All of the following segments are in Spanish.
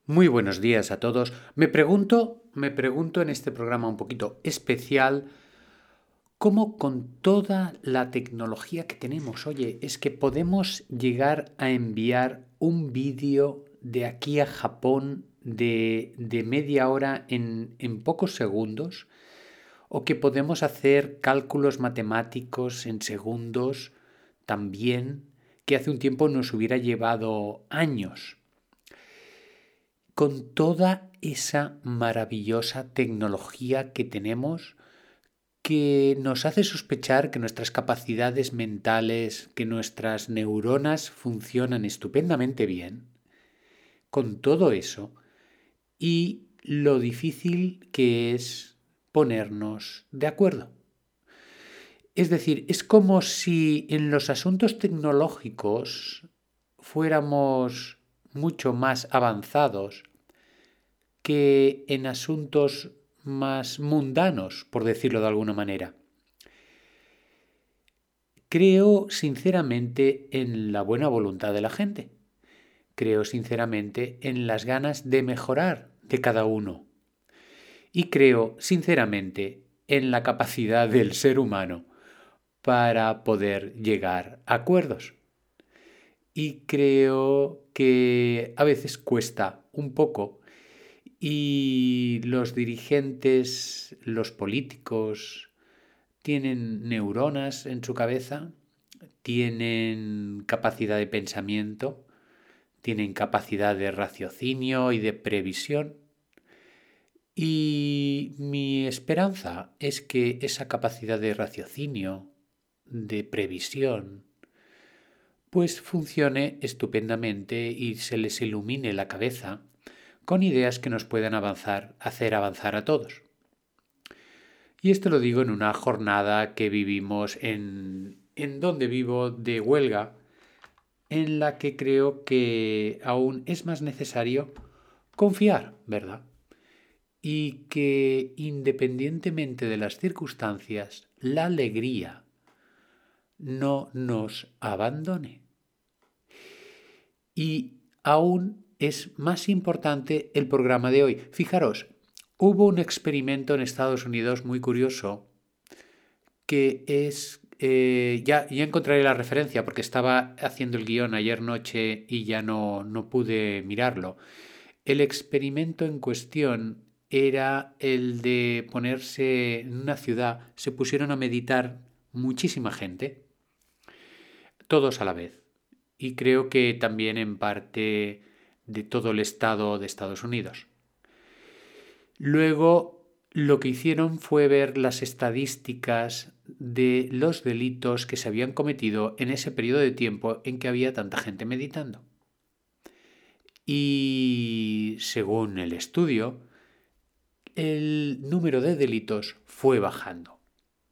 Muy buenos días a todos. Me pregunto en este programa un poquito especial, cómo con toda la tecnología que tenemos, oye, es que podemos llegar a enviar un vídeo de aquí a Japón de media hora en pocos segundos, o que podemos hacer cálculos matemáticos en segundos también, que hace un tiempo nos hubiera llevado años. Con toda esa maravillosa tecnología que tenemos, que nos hace sospechar que nuestras capacidades mentales, que nuestras neuronas funcionan estupendamente bien, con todo eso y lo difícil que es ponernos de acuerdo. Es decir, es como si en los asuntos tecnológicos fuéramos mucho más avanzados que en asuntos más mundanos, por decirlo de alguna manera. Creo sinceramente en la buena voluntad de la gente. Creo sinceramente en las ganas de mejorar de cada uno. Y creo sinceramente en la capacidad del ser humano para poder llegar a acuerdos. Y creo que a veces cuesta un poco y los dirigentes, los políticos, tienen neuronas en su cabeza, tienen capacidad de pensamiento, tienen capacidad de raciocinio y de previsión. Y mi esperanza es que esa capacidad de raciocinio, de previsión, pues funcione estupendamente y se les ilumine la cabeza con ideas que nos puedan hacer avanzar a todos. Y esto lo digo en una jornada que vivimos en donde vivo de huelga, en la que creo que aún es más necesario confiar, ¿verdad? Y que independientemente de las circunstancias, la alegría no nos abandone. Y aún es más importante el programa de hoy. Fijaros, hubo un experimento en Estados Unidos muy curioso que es, ya encontraré la referencia porque estaba haciendo el guión ayer noche y ya no pude mirarlo. El experimento en cuestión era el de ponerse en una ciudad, se pusieron a meditar muchísima gente, todos a la vez. Y creo que también en parte de todo el estado de Estados Unidos. Luego, lo que hicieron fue ver las estadísticas de los delitos que se habían cometido en ese periodo de tiempo en que había tanta gente meditando. Y según el estudio, el número de delitos fue bajando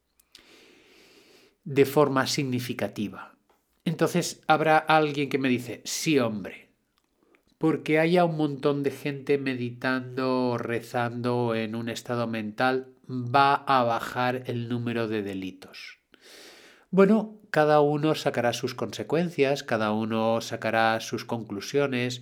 de forma significativa. Entonces habrá alguien que me dice, sí, hombre, porque haya un montón de gente meditando o rezando en un estado mental, va a bajar el número de delitos. Bueno, cada uno sacará sus consecuencias, cada uno sacará sus conclusiones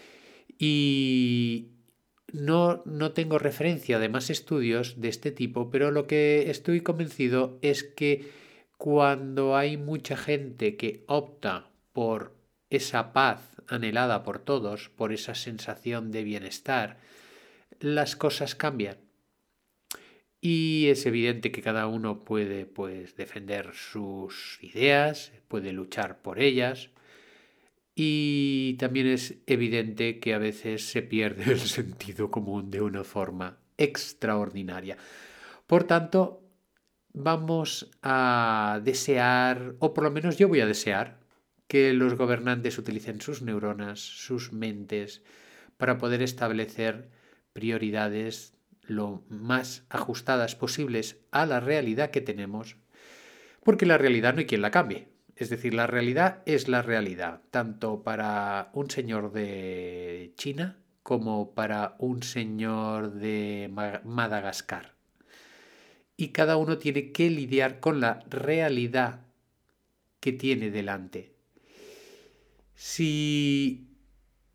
y no tengo referencia de más estudios de este tipo, pero lo que estoy convencido es que cuando hay mucha gente que opta por esa paz anhelada por todos, por esa sensación de bienestar, las cosas cambian. Y es evidente que cada uno puede, pues, defender sus ideas, puede luchar por ellas. Y también es evidente que a veces se pierde el sentido común de una forma extraordinaria. Por tanto, vamos a desear, o por lo menos yo voy a desear, que los gobernantes utilicen sus neuronas, sus mentes, para poder establecer prioridades lo más ajustadas posibles a la realidad que tenemos, porque la realidad no hay quien la cambie. Es decir, la realidad es la realidad, tanto para un señor de China como para un señor de Madagascar. Y cada uno tiene que lidiar con la realidad que tiene delante. Si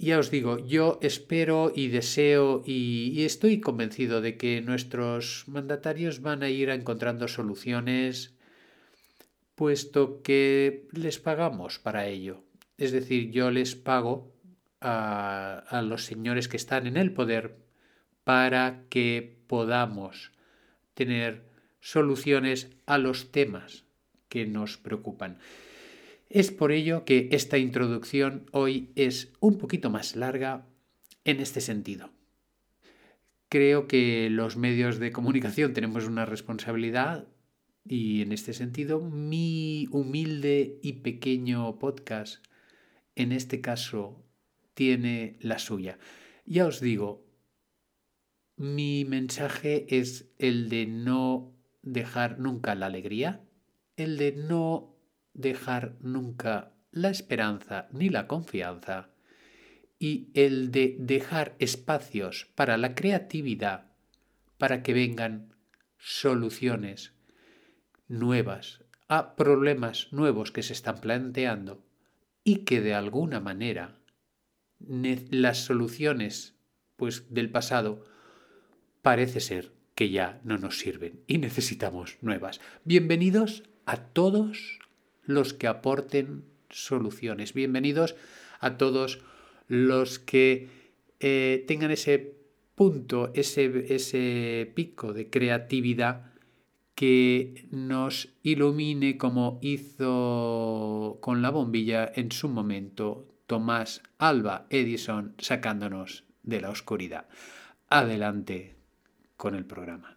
ya os digo, yo espero y deseo y estoy convencido de que nuestros mandatarios van a ir encontrando soluciones, puesto que les pagamos para ello. Es decir, yo les pago a los señores que están en el poder para que podamos tener soluciones a los temas que nos preocupan. Es por ello que esta introducción hoy es un poquito más larga en este sentido. Creo que los medios de comunicación tenemos una responsabilidad y en este sentido mi humilde y pequeño podcast en este caso tiene la suya. Ya os digo, mi mensaje es el de no dejar nunca la alegría, el de no dejar nunca la esperanza ni la confianza y el de dejar espacios para la creatividad, para que vengan soluciones nuevas a problemas nuevos que se están planteando y que de alguna manera las soluciones pues del pasado parece ser que ya no nos sirven y necesitamos nuevas. Bienvenidos a todos los que aporten soluciones. Bienvenidos a todos los que tengan ese punto, ese pico de creatividad que nos ilumine como hizo con la bombilla en su momento Tomás Alva Edison sacándonos de la oscuridad. Adelante con el programa.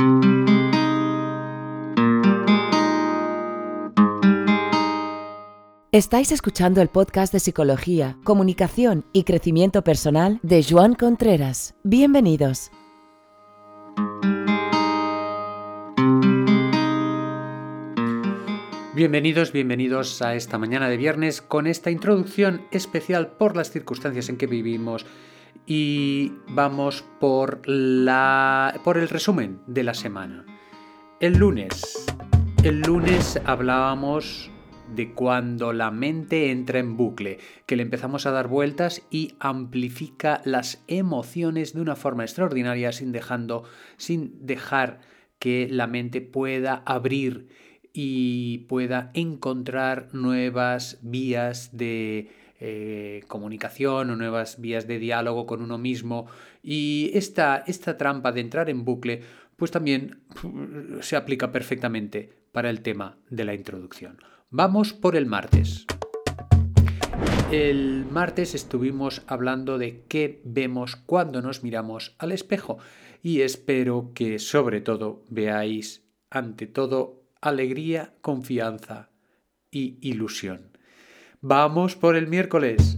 Estáis escuchando el podcast de Psicología, Comunicación y Crecimiento Personal de Joan Contreras. Bienvenidos. Bienvenidos a esta mañana de viernes con esta introducción especial por las circunstancias en que vivimos y vamos por el resumen de la semana. El lunes hablábamos de cuando la mente entra en bucle, que le empezamos a dar vueltas y amplifica las emociones de una forma extraordinaria sin dejar que la mente pueda abrir y pueda encontrar nuevas vías de comunicación o nuevas vías de diálogo con uno mismo. Y esta trampa de entrar en bucle pues también se aplica perfectamente para el tema de la introducción. Vamos por el martes. El martes estuvimos hablando de qué vemos cuando nos miramos al espejo y espero que sobre todo veáis ante todo alegría, confianza y ilusión. Vamos por el miércoles.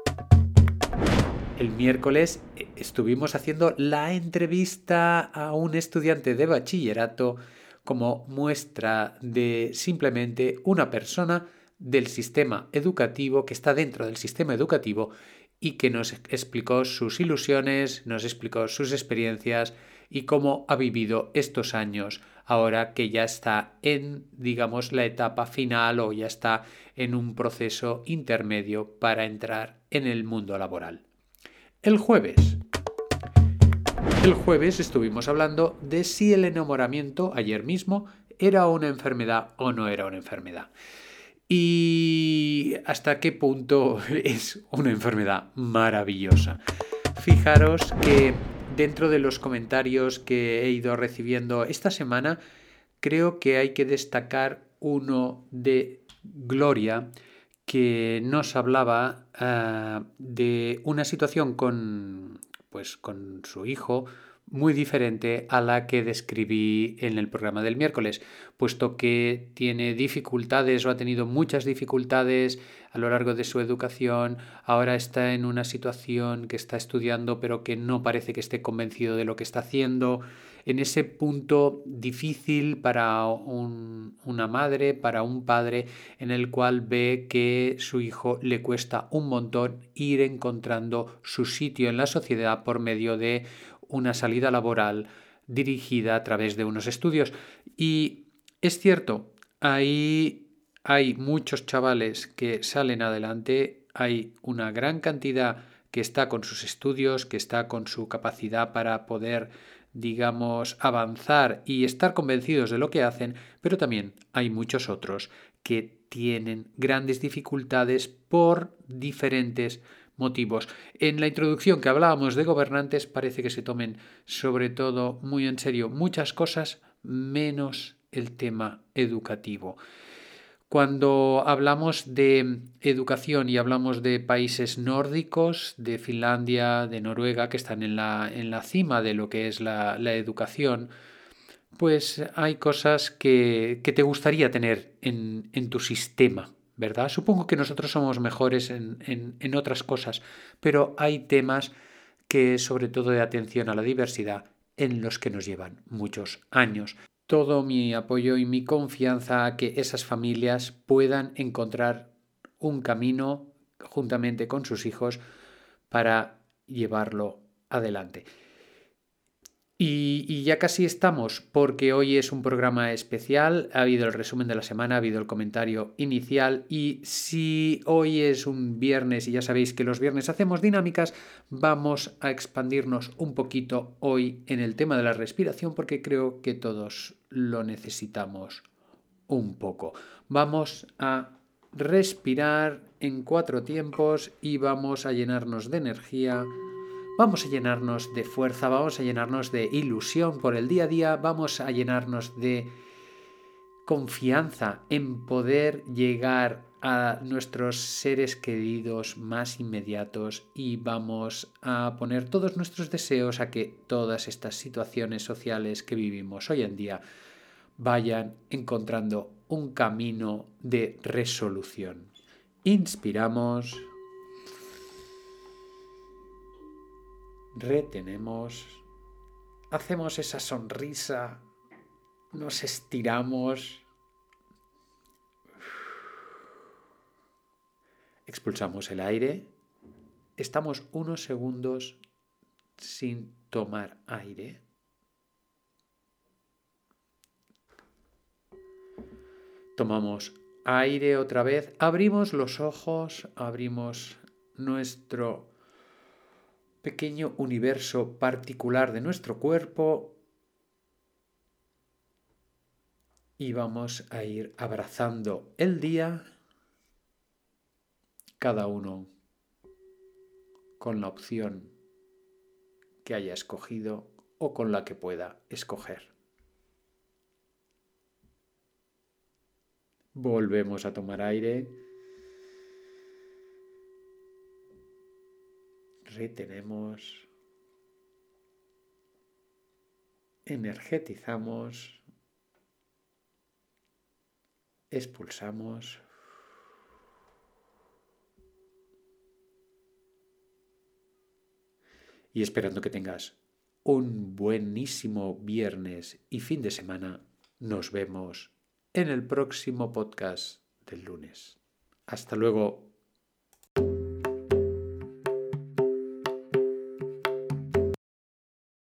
El miércoles estuvimos haciendo la entrevista a un estudiante de bachillerato como muestra de simplemente una persona del sistema educativo que está dentro del sistema educativo y que nos explicó sus ilusiones, nos explicó sus experiencias y cómo ha vivido estos años ahora que ya está en, digamos, la etapa final o ya está en un proceso intermedio para entrar en el mundo laboral. El jueves estuvimos hablando de si el enamoramiento ayer mismo era una enfermedad o no era una enfermedad. Y hasta qué punto es una enfermedad maravillosa. Fijaros que dentro de los comentarios que he ido recibiendo esta semana, creo que hay que destacar uno de Gloria, que nos hablaba de una situación con su hijo muy diferente a la que describí en el programa del miércoles, puesto que tiene dificultades o ha tenido muchas dificultades a lo largo de su educación, ahora está en una situación que está estudiando pero que no parece que esté convencido de lo que está haciendo, en ese punto difícil para una madre, para un padre, en el cual ve que su hijo le cuesta un montón ir encontrando su sitio en la sociedad por medio de una salida laboral dirigida a través de unos estudios. Y es cierto, ahí hay muchos chavales que salen adelante, hay una gran cantidad que está con sus estudios, que está con su capacidad para poder, digamos, avanzar y estar convencidos de lo que hacen, pero también hay muchos otros que tienen grandes dificultades por diferentes motivos. En la introducción que hablábamos de gobernantes, parece que se tomen sobre todo muy en serio muchas cosas, menos el tema educativo. Cuando hablamos de educación y hablamos de países nórdicos, de Finlandia, de Noruega, que están en la cima de lo que es la educación, pues hay cosas que te gustaría tener en tu sistema, ¿verdad? Supongo que nosotros somos mejores en otras cosas, pero hay temas que, sobre todo de atención a la diversidad, en los que nos llevan muchos años. Todo mi apoyo y mi confianza a que esas familias puedan encontrar un camino juntamente con sus hijos para llevarlo adelante. Y ya casi estamos, porque hoy es un programa especial, ha habido el resumen de la semana, ha habido el comentario inicial y si hoy es un viernes y ya sabéis que los viernes hacemos dinámicas, vamos a expandirnos un poquito hoy en el tema de la respiración porque creo que todos lo necesitamos un poco. Vamos a respirar en 4 tiempos y vamos a llenarnos de energía. Vamos a llenarnos de fuerza, vamos a llenarnos de ilusión por el día a día, vamos a llenarnos de confianza en poder llegar a nuestros seres queridos más inmediatos y vamos a poner todos nuestros deseos a que todas estas situaciones sociales que vivimos hoy en día vayan encontrando un camino de resolución. Inspiramos. Retenemos, hacemos esa sonrisa, nos estiramos, expulsamos el aire, estamos unos segundos sin tomar aire. Tomamos aire otra vez, abrimos los ojos, abrimos nuestro pequeño universo particular de nuestro cuerpo y vamos a ir abrazando el día, cada uno con la opción que haya escogido o con la que pueda escoger. Volvemos a tomar aire. Retenemos. Energetizamos. Expulsamos. Y esperando que tengas un buenísimo viernes y fin de semana, nos vemos en el próximo podcast del lunes. Hasta luego.